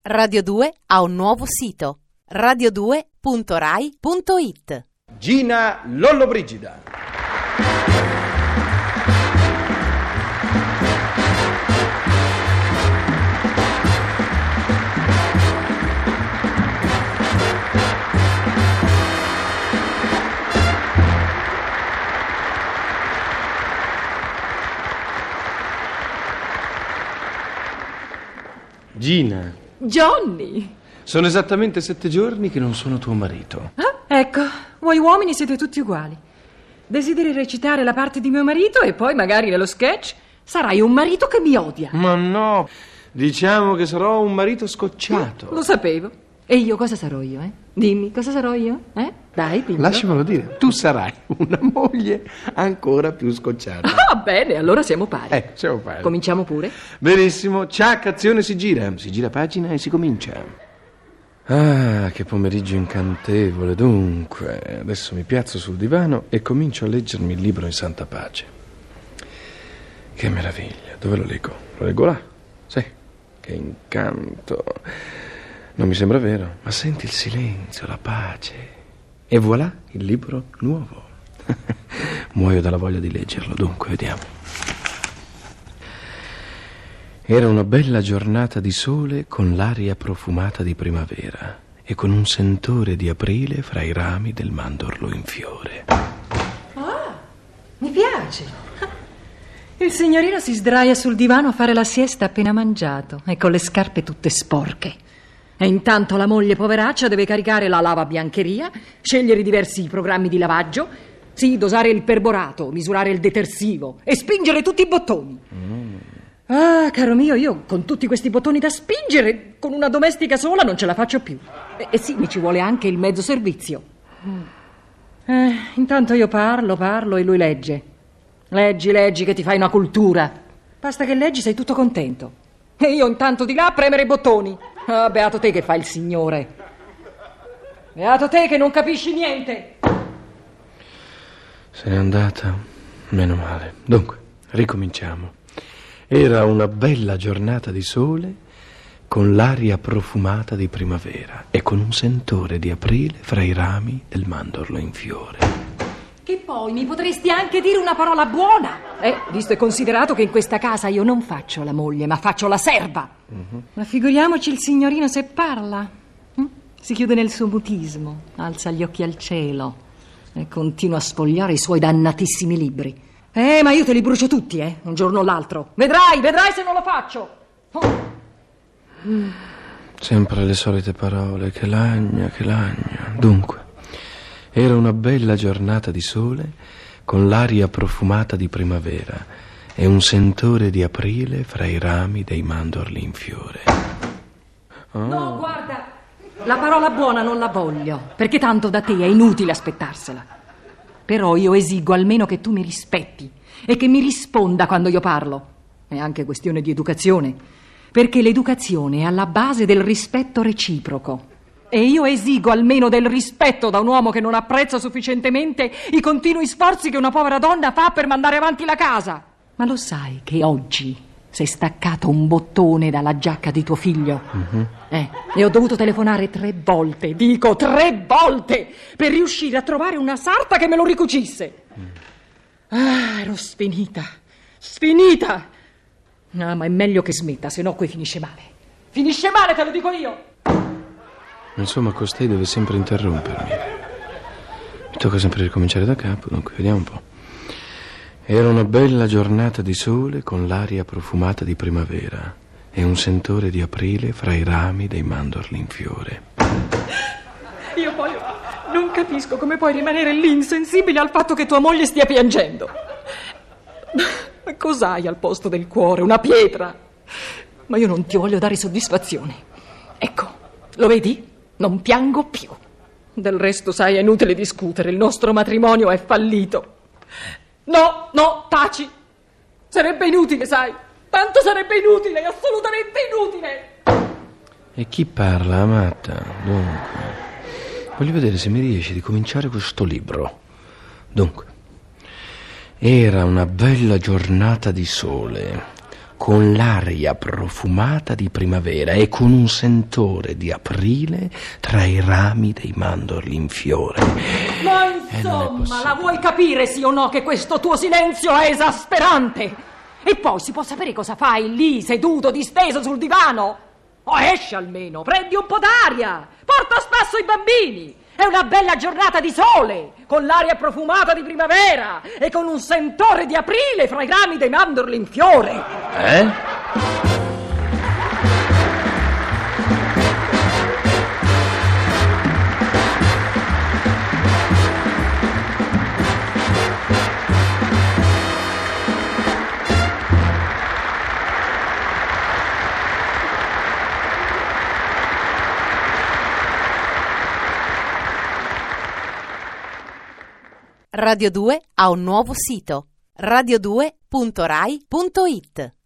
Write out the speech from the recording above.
Radio 2 ha un nuovo sito, radio2.rai.it. Gina Lollobrigida. Gina. Johnny! Sono esattamente 7 giorni che non sono tuo marito. Ah, ecco, voi uomini siete tutti uguali. Desideri recitare la parte di mio marito e poi magari nello sketch sarai un marito che mi odia. Ma no, diciamo che sarò un marito scocciato. Lo sapevo. E io cosa sarò io, Dimmi, cosa sarò io? Dai, dillo. Lasciamelo dire, tu sarai una moglie ancora più scocciata. Ah, bene, allora siamo pari. Siamo pari. Cominciamo pure? Benissimo, ciac, azione, si gira pagina e si comincia. Ah, che pomeriggio incantevole. Dunque, adesso mi piazzo sul divano e comincio a leggermi il libro in santa pace. Che meraviglia, dove lo leggo? Lo leggo là? Sì, che incanto. Non mi sembra vero, ma senti il silenzio, la pace. E voilà, il libro nuovo. Muoio dalla voglia di leggerlo, dunque, vediamo. Era una bella giornata di sole con l'aria profumata di primavera e con un sentore di aprile fra i rami del mandorlo in fiore. Ah, mi piace. Il signorino si sdraia sul divano a fare la siesta appena mangiato e con le scarpe tutte sporche. E intanto la moglie poveraccia deve caricare la lavabiancheria, scegliere i diversi programmi di lavaggio, sì, dosare il perborato, misurare il detersivo e spingere tutti i bottoni. Ah, caro mio, io con tutti questi bottoni da spingere, con una domestica sola non ce la faccio più. E sì, mi ci vuole anche il mezzo servizio. Intanto io parlo e lui legge. Leggi che ti fai una cultura. Basta che leggi, sei tutto contento. E io intanto di là a premere i bottoni. Ah, beato te che fai il signore. Beato te che non capisci niente. Se n'è andata? Meno male. Dunque, ricominciamo. Era una bella giornata di sole con l'aria profumata di primavera e con un sentore di aprile fra i rami del mandorlo in fiore. Che poi mi potresti anche dire una parola buona, visto e considerato che in questa casa io non faccio la moglie, ma faccio la serva. Ma figuriamoci il signorino se parla. Si chiude nel suo mutismo, alza gli occhi al cielo e continua a sfogliare i suoi dannatissimi libri. Ma io te li brucio tutti, un giorno o l'altro. Vedrai se non lo faccio. Sempre le solite parole, che lagna. Dunque, era una bella giornata di sole con l'aria profumata di primavera e un sentore di aprile fra i rami dei mandorli in fiore. No, guarda, la parola buona non la voglio, perché tanto da te è inutile aspettarsela. Però io esigo almeno che tu mi rispetti e che mi risponda quando io parlo. È anche questione di educazione, perché l'educazione è alla base del rispetto reciproco. E io esigo almeno del rispetto da un uomo che non apprezza sufficientemente i continui sforzi che una povera donna fa per mandare avanti la casa. Ma lo sai che oggi sei staccato un bottone dalla giacca di tuo figlio? E ho dovuto telefonare 3 volte, dico 3 volte, per riuscire a trovare una sarta che me lo ricucisse. Ero sfinita. No, ma è meglio che smetta, se no qui finisce male. Finisce male, te lo dico io. Insomma, costei deve sempre interrompermi. Mi tocca sempre ricominciare da capo, dunque, vediamo un po'. Era una bella giornata di sole con l'aria profumata di primavera e un sentore di aprile fra i rami dei mandorli in fiore. Io poi non capisco come puoi rimanere lì insensibile al fatto che tua moglie stia piangendo. Ma cos'hai al posto del cuore? Una pietra? Ma io non ti voglio dare soddisfazione. Ecco, lo vedi? Non piango più. Del resto, sai, è inutile discutere. Il nostro matrimonio è fallito. No, taci. Sarebbe inutile, sai. Tanto sarebbe inutile, assolutamente inutile. E chi parla, amata? Dunque, voglio vedere se mi riesci di cominciare questo libro. Dunque, era una bella giornata di sole con l'aria profumata di primavera e con un sentore di aprile tra i rami dei mandorli in fiore. Ma insomma, la vuoi capire sì o no che questo tuo silenzio è esasperante? E poi si può sapere cosa fai lì, seduto, disteso sul divano? O esci almeno, prendi un po' d'aria, porta a spasso i bambini. È una bella giornata di sole, con l'aria profumata di primavera e con un sentore di aprile fra i rami dei mandorli in fiore. Radio 2 ha un nuovo sito: radio2.rai.it.